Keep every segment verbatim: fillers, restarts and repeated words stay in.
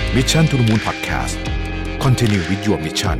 Mission to the Moon Podcast Continue with your mission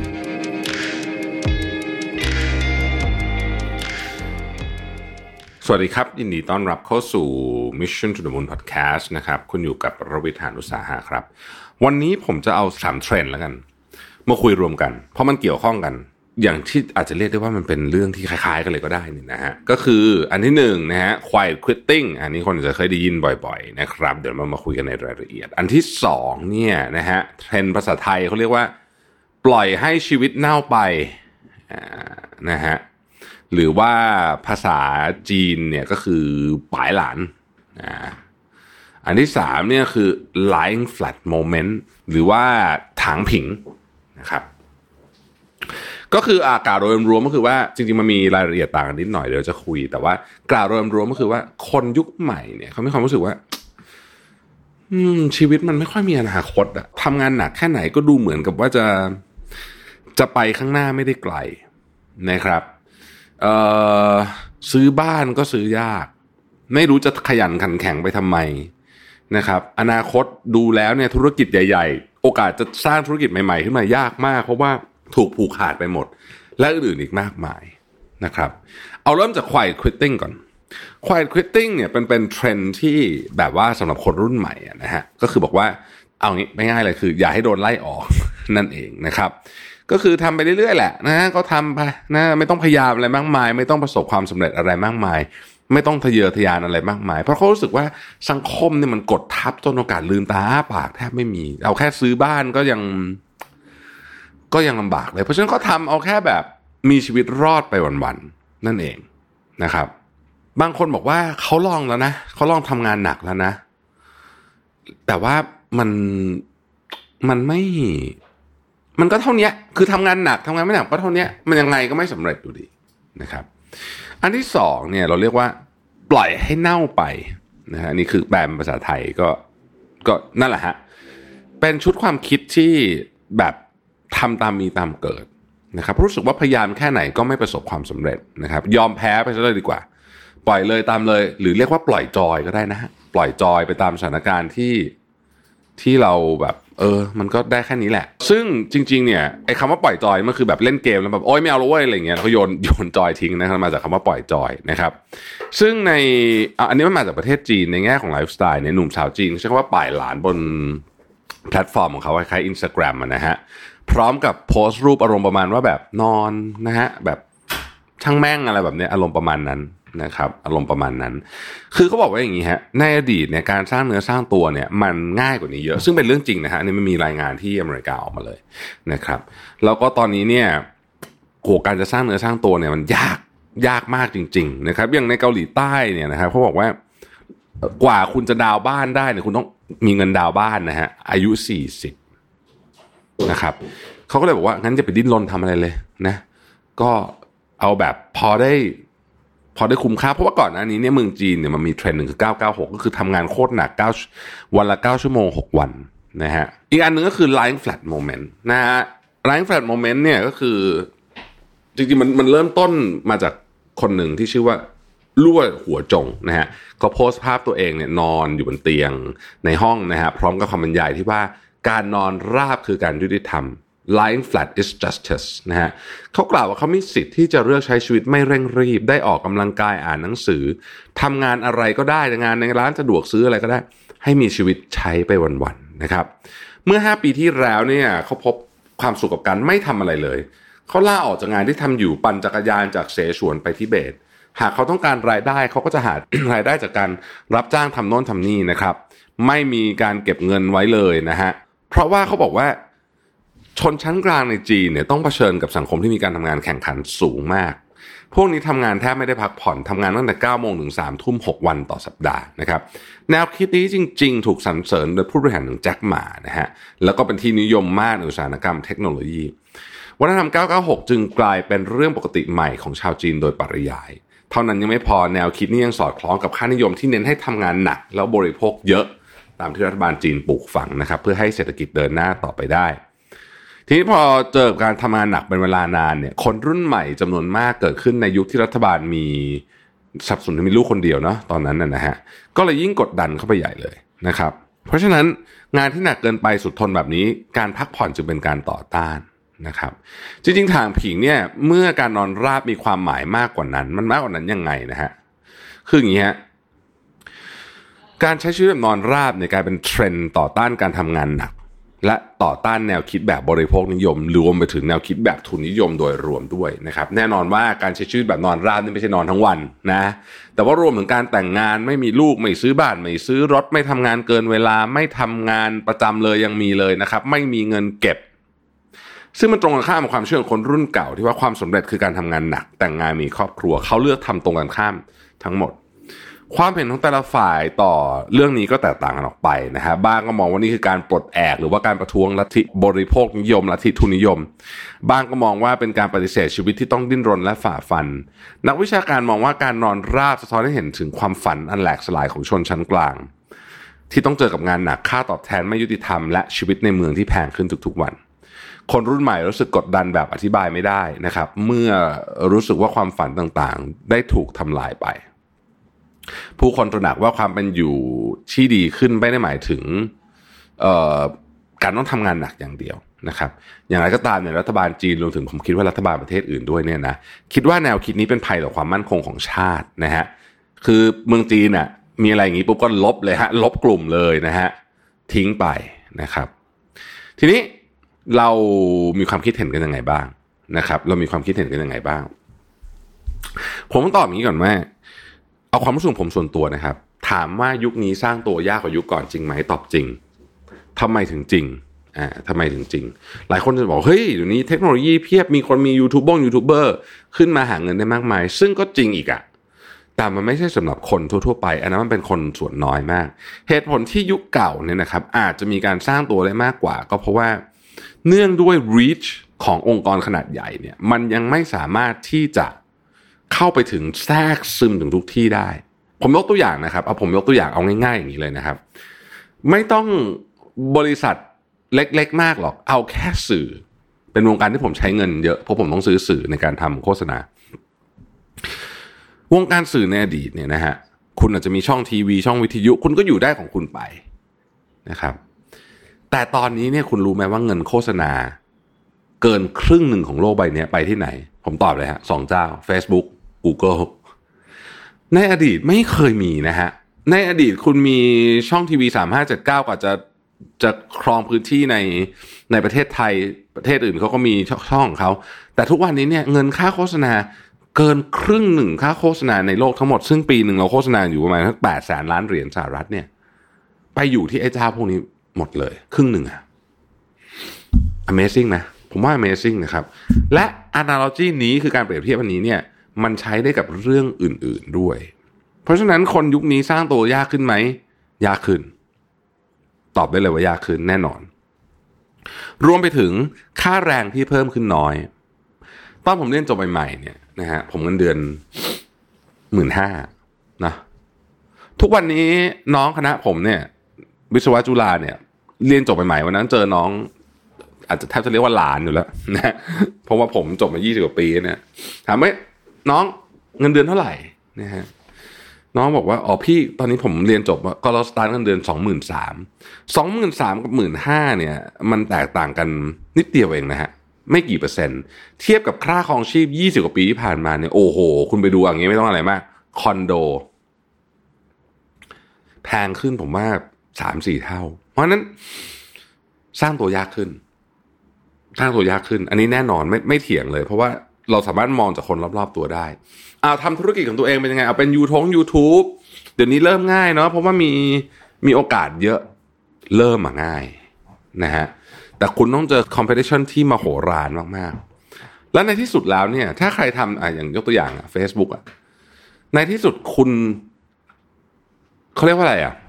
สวัสดีครับยินดีต้อนรับเข้าสู่ Mission to the Moon Podcast นะครับคุณอยู่กับรวิทย์ หาญอุตสาหะครับวันนี้ผมจะเอาสามเทรนด์แล้วกันมาคุยรวมกันเพราะมันเกี่ยวข้องกันอย่างที่อาจจะเรียกได้ว่ามันเป็นเรื่องที่คล้ายๆกันเลยก็ได้นี่นะฮะก็คืออันที่หนึ่งนะฮะ quiet quitting อันนี้คนจะเคยได้ยินบ่อยๆนะครับเดี๋ยวเรามาคุยกันในรายละเอียดอันที่สองเนี่ยนะฮะเทรนด์ภาษาไทยเขาเรียกว่าปล่อยให้ชีวิตเน่าไปนะฮะหรือว่าภาษาจีนเนี่ยก็คือป่ายหลานนะอันที่สามเนี่ยคือ lying flat moment หรือว่าถางผิงนะครับก็คืออากล่าวโดยรวมก็คือว่าจริงๆมันมีรายละเอียดต่างกันนิดหน่อยเดี๋ยวจะคุยแต่ว่ากล่าวโดยรวมก็คือว่าคนยุคใหม่เนี่ยเขามีความรู้สึกว่าอืมชีวิตมันไม่ค่อยมีอนาคตอะทำงานหนักแค่ไหนก็ดูเหมือนกับว่าจะจะไปข้างหน้าไม่ได้ไกลนะครับเอ่อซื้อบ้านก็ซื้อยากไม่รู้จะขยันขันแข็งไปทำไมนะครับอนาคตดูแล้วเนี่ยธุรกิจใหญ่ๆโอกาสจะสร้างธุรกิจใหม่ๆขึ้นมายากมากเพราะว่าถูกผูกขาดไปหมดและอื่นๆอีกมากมายนะครับเอาเริ่มจาก quiet quitting ก่อน quiet quitting เนี่ยเป็นเป็นเทรนด์ที่แบบว่าสำหรับคนรุ่นใหม่นะฮะก็คือบอกว่าเอางี้ไม่ง่ายเลยคืออย่าให้โดนไล่ออกนั่นเองนะครับก็คือทำไปเรื่อยๆแหละนะก็ทำไปนะไม่ต้องพยายามอะไรมากมายไม่ต้องประสบความสำเร็จอะไรมากมายไม่ต้องทะเยอทะยานอะไรมากมายเพราะเขารู้สึกว่าสังคมเนี่ยมันกดทับจนโอกาสลืมตาอ้าปากแทบไม่มีเอาแค่ซื้อบ้านก็ยังก็ยังลำบากเลยเพราะฉะนั้นก็ทำเอาแค่แบบมีชีวิตรอดไปวันๆนั่นเองนะครับบางคนบอกว่าเขาลองแล้วนะเขาลองทำงานหนักแล้วนะแต่ว่ามันมันไม่มันก็เท่านี้คือทำงานหนักทำงานไม่หนักก็เท่านี้มันยังไงก็ไม่สำเร็จอยู่ดีนะครับอันที่สองเนี่ยเราเรียกว่าปล่อยให้เน่าไปนะฮะนี่คือแปลเป็นภาษาไทยก็ก็นั่นแหละฮะเป็นชุดความคิดที่แบบทำตามมีตามเกิดนะครับรู้สึกว่าพยายามแค่ไหนก็ไม่ประสบความสำเร็จนะครับยอมแพ้ไปซะเลยดีกว่าปล่อยเลยตามเลยหรือเรียกว่าปล่อยจอยก็ได้นะฮะปล่อยจอยไปตามสถานการณ์ที่ที่เราแบบเออมันก็ได้แค่นี้แหละซึ่งจริงๆเนี่ยไอ้คำว่าปล่อยจอยมันคือแบบเล่นเกมแล้วแบบโอ๊ยไม่เอาแล้วเว้ยอะไรเงี้ยแล้วก็โยนโยนจอยทิ้งนะครับมาจากคำว่าปล่อยจอยนะครับซึ่งในอันนี้มันมาจากประเทศจีนในแง่ของไลฟ์สไตล์เนี่ยหนุ่มสาวจีนใช้คำว่าป่ายหลานบนแพลตฟอร์มของเขาคล้ายๆ Instagram อ่ะนะฮะพร้อมกับโพสต์รูปอารมณ์ประมาณว่าแบบนอนนะฮะแบบช่างแม่งอะไรแบบนี้อารมณ์ประมาณนั้นนะครับอารมณ์ประมาณนั้นคือเขาบอกว่าอย่างนี้ฮะในอดีตเนี่ยการสร้างเนื้อสร้างตัวเนี่ยมันง่ายกว่านี้เยอะซึ่งเป็นเรื่องจริงนะฮะนี่มันมีรายงานที่อเมริกาออกมาเลยนะครับแล้วก็ตอนนี้เนี่ยโหการจะสร้างเนื้อสร้างตัวเนี่ยมันยากยากมากจริงๆนะครับอย่างในเกาหลีใต้เนี่ยนะครับเขาบอกว่ากว่าคุณจะดาวบ้านได้เนี่ยคุณต้องมีเงินดาวบ้านนะฮะอายุสี่สิบนะครับเขาก็เลยบอกว่างั้นจะไปดิ้นรนทำอะไรเลยนะก็เอาแบบพอได้พอได้คุ้มค่าเพราะว่าก่อนหน้านี้เนี่ยเมืองจีนเนี่ยมันมีเทรนด์หนึ่งคือเก้าเก้าหกก็คือทำงานโคตรหนักเก้าวันละเก้าชั่วโมงหกวันนะฮะอีกอันนึงก็คือ lying flat moment นะฮะ lying flat moment เนี่ยก็คือจริงๆมันมันเริ่มต้นมาจากคนหนึ่งที่ชื่อว่าลั่วหัวจงนะฮะเขาโพสต์ภาพตัวเองเนี่ยนอนอยู่บนเตียงในห้องนะฮะพร้อมกับคำบรรยายที่ว่าการนอนราบคือการยุติธรรม lying flat is justice นะฮะเขากล่าวว่าเขามีสิทธิ์ที่จะเลือกใช้ชีวิตไม่เร่งรีบได้ออกกำลังกายอ่านหนังสือทำงานอะไรก็ได้งานในร้านสะดวกซื้ออะไรก็ได้ให้มีชีวิตใช้ไปวันๆนะครับเมื่อห้าปีที่แล้วเนี่ยเขาพบความสุขกับการไม่ทำอะไรเลยเขาลาออกจากงานที่ทำอยู่ปั่นจักรยานจากเสฉวนไปทิเบตหากเขาต้องการรายได้เขาก็จะหารายได้จากการรับจ้างทำโน่นทำนี่นะครับไม่มีการเก็บเงินไว้เลยนะฮะเพราะว่าเขาบอกว่าชนชั้นกลางในจีนเนี่ยต้องเผชิญกับสังคมที่มีการทำงานแข่งขันสูงมากพวกนี้ทำงานแทบไม่ได้พักผ่อนทำงานตั้งแต่เก้าโมงถึงสามทุ่มหกวันต่อสัปดาห์นะครับแนวคิดนี้จริงๆถูกสรรเสริญโดยผู้บริหารอย่างแจ็คหม่านะฮะแล้วก็เป็นที่นิยมมากในอุตสาหกรรมเทคโนโลยีวัฒนธรรมเก้าเก้าหกจึงกลายเป็นเรื่องปกติใหม่ของชาวจีนโดยปริยายเท่านั้นยังไม่พอแนวคิดนี้ยังสอดคล้องกับค่านิยมที่เน้นให้ทำงานหนักแล้วบริโภคเยอะตามที่รัฐบาลจีนปลูกฝังนะครับเพื่อให้เศรษฐกิจเดินหน้าต่อไปได้ทีนี้พอเจอการทำงานหนักเป็นเวลานานเนี่ยคนรุ่นใหม่จำนวนมากเกิดขึ้นในยุคที่รัฐบาลมีสนับสนุนให้มีลูกคนเดียวเนาะตอนนั้นน่ะนะฮะก็เลยยิ่งกดดันเข้าไปใหญ่เลยนะครับเพราะฉะนั้นงานที่หนักเกินไปสุดทนแบบนี้การพักผ่อนจึงเป็นการต่อต้านนะครับจริงๆทางผิงเนี่ยเมื่อการนอนราบมีความหมายมากกว่านั้นมันมากกว่านั้นยังไงนะฮะคืออย่างนี้ฮะการใช้ชีวิตแบบนอนราบเนี่ยกลายเป็นเทรนด์ต่อต้านการทำงานหนักและต่อต้านแนวคิดแบบบริโภคนิยมรวมไปถึงแนวคิดแบบทุนนิยมโดยรวมด้วยนะครับแน่นอนว่าการใช้ชีวิตแบบนอนราบนี่ไม่ใช่นอนทั้งวันนะแต่ว่ารวมถึงการแต่งงานไม่มีลูกไม่ซื้อบ้านไม่ซื้อรถไม่ทำงานเกินเวลาไม่ทำงานประจำเลยยังมีเลยนะครับไม่มีเงินเก็บซึ่งมันตรงกันข้ามกับความเชื่อของคนรุ่นเก่าที่ว่าความสำเร็จคือการทำงานหนักแต่งงานมีครอบครัวเขาเลือกทำตรงกันข้ามทั้งหมดความเห็นของแต่ละฝ่ายต่อเรื่องนี้ก็แตกต่างกันออกไปนะฮะบางก็มองว่านี่คือการปลดแอกหรือว่าการประท้วงลัทธิบริโภคนิยมลัทธิทุนนิยมบางก็มองว่าเป็นการปฏิเสธชีวิตที่ต้องดิ้นรนและฝ่าฟันนักวิชาการมองว่าการนอนราบสะท้อนให้เห็นถึงความฝันอันแหลกสลายของชนชั้นกลางที่ต้องเจอกับงานหนักค่าตอบแทนไม่ยุติธรรมและชีวิตในเมืองที่แพงขึ้นทุกๆวันคนรุ่นใหม่รู้สึกกดดันแบบอธิบายไม่ได้นะครับเมื่อรู้สึกว่าความฝันต่างๆได้ถูกทำลายไปผู้คนตระหนักว่าความเป็นอยู่ที่ดีขึ้นไม่ได้หมายถึงการต้องทำงานหนักอย่างเดียวนะครับอย่างไรก็ตามเนี่ยรัฐบาลจีนรวมถึงผมคิดว่ารัฐบาลประเทศอื่นด้วยเนี่ยนะคิดว่าแนวคิดนี้เป็นภัยต่อความมั่นคงของชาตินะฮะคือเมืองจีนน่ะมีอะไรอย่างนี้ปุ๊บก็ลบเลยฮะลบกลุ่มเลยนะฮะทิ้งไปนะครับทีนี้เรามีความคิดเห็นกันยังไงบ้างนะครับเรามีความคิดเห็นกันยังไงบ้างผมต้องตอบอย่างนี้ก่อนว่าเอาความรู้สึกผมส่วนตัวนะครับถามว่ายุคนี้สร้างตัวยากกว่ายุคก่อนจริงไหมตอบจริงทำไมถึงจริงอ่าทำไมถึงจริงหลายคนจะบอกเฮ้ยเดี๋ยวนี้เทคโนโลยีเพียบมีคนมียูทูบบ้งยูทูบเบอร์ขึ้นมาหาเงินได้มากมายซึ่งก็จริงอีกอะแต่มันไม่ใช่สำหรับคนทั่วๆไปอันนั้นมันเป็นคนส่วนน้อยมากเหตุผลที่ยุคเก่าเนี่ยนะครับอาจจะมีการสร้างตัวได้มากกว่าก็เพราะว่าเนื่องด้วย reach ขององค์กรขนาดใหญ่เนี่ยมันยังไม่สามารถที่จะเข้าไปถึงแทรกซึมถึงทุกที่ได้ผมยกตัวอย่างนะครับเอาผมยกตัวอย่างเอาง่ายๆอย่างนี้เลยนะครับไม่ต้องบริษัทเล็กๆมากหรอกเอาแค่สื่อเป็นวงการที่ผมใช้เงินเยอะเพราะผมต้องซื้อสื่อในการทำโฆษณาวงการสื่อในอดีตเนี่ยนะฮะคุณอาจจะมีช่องทีวีช่องวิทยุคุณก็อยู่ได้ของคุณไปนะครับแต่ตอนนี้เนี่ยคุณรู้ไหมว่าเงินโฆษณาเกินครึ่งหนึ่งของโลกใบนี้ไปที่ไหนผมตอบเลยฮะสองเจ้า Facebook Google ในอดีตไม่เคยมีนะฮะในอดีตคุณมีช่องทีวีสามห้าเจ็ดเก้ากว่าจะจะครองพื้นที่ในในประเทศไทยประเทศอื่นเขาก็มีช่องของเขาแต่ทุกวันนี้เนี่ยเงินค่าโฆษณาเกินครึ่งหนึ่งค่าโฆษณาในโลกทั้งหมดซึ่งปีหนึ่งเราโฆษณาอยู่ประมาณแปดแสนล้านเหรียญสหรัฐเนี่ยไปอยู่ที่ไอ้เจ้าพวกนี้หมดเลยครึ่งหนึ่งอะ Amazing นะผมว่า Amazing นะครับและ analogy นี้คือการเปรียบเทียบอันนี้เนี่ยมันใช้ได้กับเรื่องอื่นๆด้วยเพราะฉะนั้นคนยุคนี้สร้างตัวยากขึ้นไหมยากขึ้นตอบได้เลยว่ายากขึ้นแน่นอนรวมไปถึงค่าแรงที่เพิ่มขึ้นน้อยตอนผมเรียนจบใหม่ๆเนี่ยนะฮะผมเงินเดือน หนึ่งหมื่นห้าพัน นะทุกวันนี้น้องคณะผมเนี่ยวิศวะจุฬาเนี่ยเรียนจบใหม่ๆวันนั้นเจอน้องอาจจะแทบจะเรียกว่าหลานอยู่แล้วนะเพราะว่าผมจบมายี่สิบกว่าปีเนี่ยถามว่าน้องเงินเดือนเท่าไหร่นะฮะน้องบอกว่าอ๋อพี่ตอนนี้ผมเรียนจบก็เราสตาร์ทเงินเดือน สองหมื่นสามพัน สองหมื่นสามพัน กับ หนึ่งหมื่นห้าพัน เนี่ยมันแตกต่างกันนิดเดียวเองนะฮะไม่กี่เปอร์เซ็นต์เทียบกับค่าครองชีพยี่สิบกว่าปีที่ผ่านมาเนี่ยโอ้โหคุณไปดูอย่างงี้ไม่ต้องอะไรมากคอนโดแพงขึ้นผมว่า สามสี่ เท่าเพราะนั้นสร้างตัวยากขึ้นสร้างตัวยากขึ้นอันนี้แน่นอนไม่ไม่เถียงเลยเพราะว่าเราสามารถมองจากคนรอบๆตัวได้เอาทำธุรกิจของตัวเองเป็นยังไงเอาเป็นยูทง YouTube เดี๋ยวนี้เริ่มง่ายเนาะเพราะว่ามีมีโอกาสเยอะเริ่มมาง่ายนะฮะแต่คุณต้องเจอ competition ที่มโหฬารมากๆและในที่สุดแล้วเนี่ยถ้าใครทำอ่ะอย่างยกตัวอย่างอ่ะ Facebook อ่ะในที่สุดคุณเขาเรียกว่าอะไรอ่ะ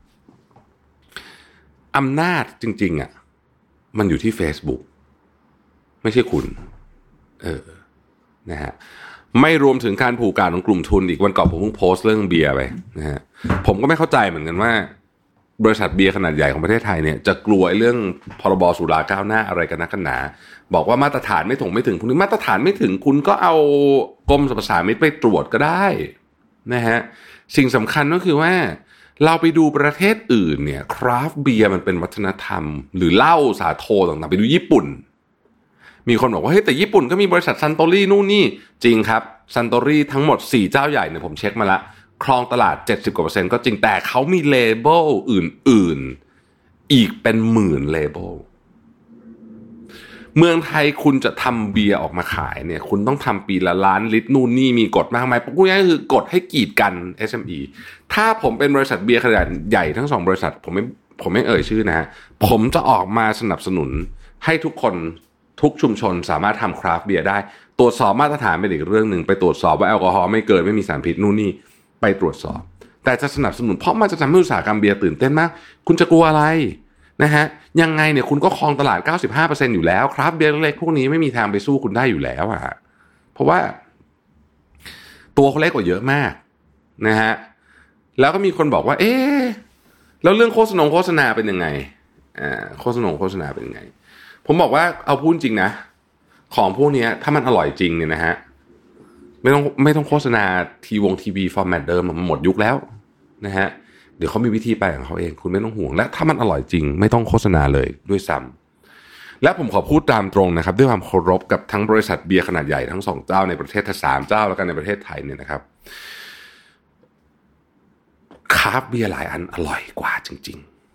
อำนาจจริงๆอ่ะมันอยู่ที่ Facebook ไม่ใช่คุณเออนะฮะไม่รวมถึงการผูกขาดของกลุ่มทุนอีกวันก่อนผมเพิ่งโพสต์เรื่องเบียร์ไปนะฮะผมก็ไม่เข้าใจเหมือนกันว่าบริษัทเบียร์ขนาดใหญ่ของประเทศไทยเนี่ยจะกลัวเรื่องพรบสุราก้าวหน้าอะไรกันนักกันหนาบอกว่ามาตรฐานไม่ถึงไม่ถึงพวกนี้มาตรฐานไม่ถึงคุณก็เอากรมสรรพสามิตไปตรวจก็ได้นะฮะสิ่งสำคัญก็คือว่าเราไปดูประเทศอื่นเนี่ยคราฟต์เบียร์มันเป็นวัฒนธรรมหรือเหล้าสาโทต่างๆไปดูญี่ปุ่นมีคนบอกว่าเฮ้ยแต่ญี่ปุ่นก็มีบริษัทซันโตรี่นู่นนี่จริงครับซันโตรี่ทั้งหมดสี่เจ้าใหญ่เนี่ยผมเช็คมาละครองตลาด เจ็ดสิบกว่าเปอร์เซ็นต์ก็จริงแต่เขามีเลเบลอื่นๆอีกเป็นหมื่นเลเบลเมืองไทยคุณจะทำเบียร์ออกมาขายเนี่ยคุณต้องทำปีละล้านลิตรนู่นนี่มีกฎมากมายพูดง่ายๆคือกฎให้กีดกัน เอส เอ็ม อี ถ้าผมเป็นบริษัทเบียร์ขนาดใหญ่ทั้งสองบริษัทผมไม่ผมไม่เอ่ยชื่อนะผมจะออกมาสนับสนุนให้ทุกคนทุกชุมชนสามารถทำคราฟต์เบียร์ได้ตรวจสอบมาตรฐานเป็นอีกเรื่องหนึ่งไปตรวจสอบว่าแอลกอฮอล์ไม่เกินไม่มีสารพิษนู่นนี่ไปตรวจสอบแต่จะสนับสนุนเพราะมันจะทำให้อุตสาหกรรมเบียร์ตื่นเต้นมากคุณจะกลัวอะไรนะฮะยังไงเนี่ยคุณก็ครองตลาด เก้าสิบห้าเปอร์เซ็นต์ อยู่แล้วคราฟต์เบียร์เล็กพวกนี้ไม่มีทางไปสู้คุณได้อยู่แล้วอ่ะเพราะว่าตัวเขาเล็กกว่าเยอะมากนะฮะแล้วก็มีคนบอกว่าเอ๊ะแล้วเรื่องโฆษณาโฆษณาเป็นยังไงอ่าโฆษณาโฆษณาเป็นยังไงผมบอกว่าเอาพูดจริงนะของพวกนี้ถ้ามันอร่อยจริงเนี่ยนะฮะไม่ต้องไม่ต้องโฆษณาทีวงทีวีฟอร์แมตเดิมมันหมดยุคแล้วนะฮะเดี๋ยวเขามีวิธีไปของเขาเองคุณไม่ต้องห่วงและถ้ามันอร่อยจริงไม่ต้องโฆษณาเลยด้วยซ้ำและผมขอพูดตามตรงนะครับด้วยความเคารพกับทั้งบริษัทเบียร์ขนาดใหญ่ทั้งสองเจ้าในประเทศสามเจ้าแล้วกันในประเทศไทยเนี่ยนะครับคราฟต์เบียร์หลายอันอร่อยกว่าจริง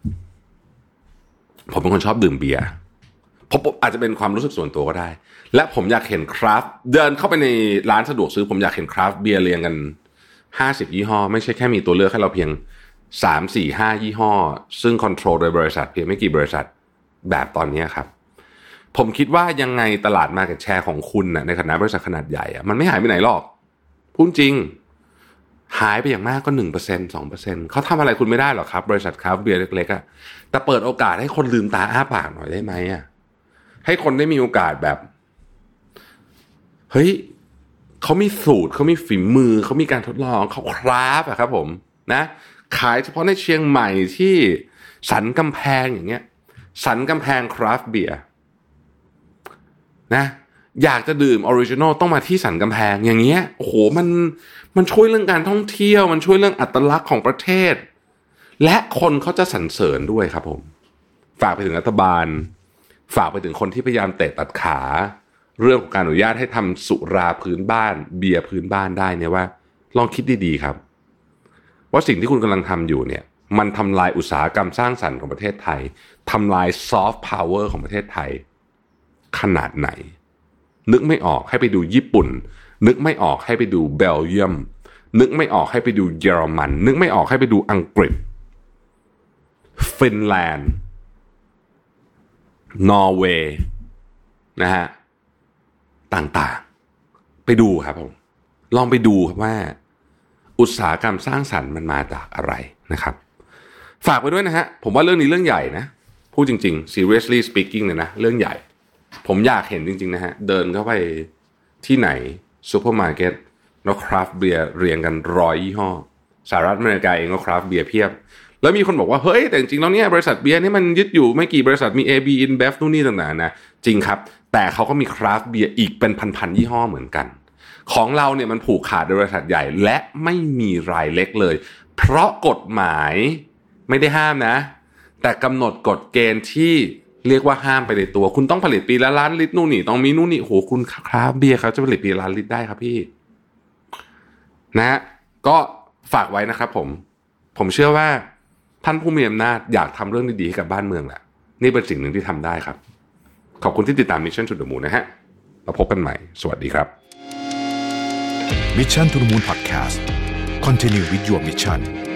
ๆผมเป็นคนชอบดื่มเบียร์ผมอาจจะเป็นความรู้สึกส่วนตัวก็ได้และผมอยากเห็นคราฟต์เดินเข้าไปในร้านสะดวกซื้อผมอยากเห็นคราฟต์เบียร์เรียงกันห้าสิบยี่ห้อไม่ใช่แค่มีตัวเลือกให้เราเพียงสาม สี่ ห้ายี่ห้อซึ่งคอนโทรลโดยบริษัทเพียงไม่กี่บริษัทแบบตอนนี้ครับผมคิดว่ายังไงตลาด market share ของคุณน่ะในฐานะบริษัทขนาดใหญ่อ่ะมันไม่หายไปไหนหรอกพูดจริงหายไปอย่างมากก็ หนึ่งเปอร์เซ็นต์ สองเปอร์เซ็นต์ เขาทำอะไรคุณไม่ได้หรอกครับบริษัทคราฟต์เบียร์เล็กๆอ่ะแต่เปิดโอกาสให้คนลืมตาอ้าปากหน่อยได้ไหมอ่ะให้คนได้มีโอกาสแบบเฮ้ยเขามีสูตรเขามีฝีมือเขามีการทดลองเขาคราฟอะครับผมนะขายเฉพาะในเชียงใหม่ที่สันกำแพงอย่างเงี้ยสันกำแพงคราฟต์เบียร์นะอยากจะดื่มออริจินอลต้องมาที่สันกำแพงอย่างเงี้ยโอ้โหมันมันช่วยเรื่องการท่องเที่ยวมันช่วยเรื่องอัตลักษณ์ของประเทศและคนเขาจะสรรเสริญด้วยครับผมฝากไปถึงรัฐบาลฝากไปถึงคนที่พยายามเตะตัดขาเรื่องของการอนุญาตให้ทำสุราพื้นบ้านเบียร์พื้นบ้านได้เนี่ยว่าลองคิดดีๆครับว่าสิ่งที่คุณกำลังทำอยู่เนี่ยมันทำลายอุตสาหกรรมสร้างสรรค์ของประเทศไทยทำลายซอฟต์พาวเวอร์ของประเทศไทยขนาดไหนนึกไม่ออกให้ไปดูญี่ปุ่นนึกไม่ออกให้ไปดูเบลเยียมนึกไม่ออกให้ไปดูเยอรมันนึกไม่ออกให้ไปดูอังกฤษฟินแลนด์นอร์เวย์นะฮะต่างๆไปดูครับผมลองไปดูครับว่าอุตสาหกรรมสร้างสรรค์มันมาจากอะไรนะครับฝากไปด้วยนะฮะผมว่าเรื่องนี้เรื่องใหญ่นะพูดจริงๆ seriously speaking เนี่ยนะเรื่องใหญ่ผมอยากเห็นจริงๆนะฮะเดินเข้าไปที่ไหนซูเปอร์มาร์เก็ตแล้วคราฟต์เบียร์เรียงกันร้อยยี่ห้อสหรัฐอเมริกาเองก็คราฟต์เบียร์เพียบแล้วมีคนบอกว่าเฮ้ยแต่จริงๆแล้วเนี่ยบริษัทเบียร์นี่มันยึดอยู่ไม่กี่บริษัทมี เอ บี InBev นู่นนี่ต่างๆนะจริงครับแต่เขาก็มีคราฟต์เบียร์อีกเป็นพันๆยี่ห้อเหมือนกันของเราเนี่ยมันผูกขาดโดยบริษัทใหญ่และไม่มีรายเล็กเลยเพราะกฎหมายไม่ได้ห้ามนะแต่กำหนดกฎเกณฑ์ที่เรียกว่าห้ามไปในตัวคุณต้องผลิตปีละล้านลิตรนู่นนี่ต้องมีนู่นนี่โหคุณคราฟต์เบียร์เขาจะผลิตปีละล้านลิตรได้ครับพี่นะก็ฝากไว้นะครับผมผมเชื่อว่าท่านผู้มีอำนาจอยากทำเรื่องดีๆให้กับบ้านเมืองแหละนี่เป็นสิ่งหนึ่งที่ทำได้ครับขอบคุณที่ติดตาม Mission to the Moon นะฮะเราพบกันใหม่สวัสดีครับ Mission to the Moon Podcast Continue with your mission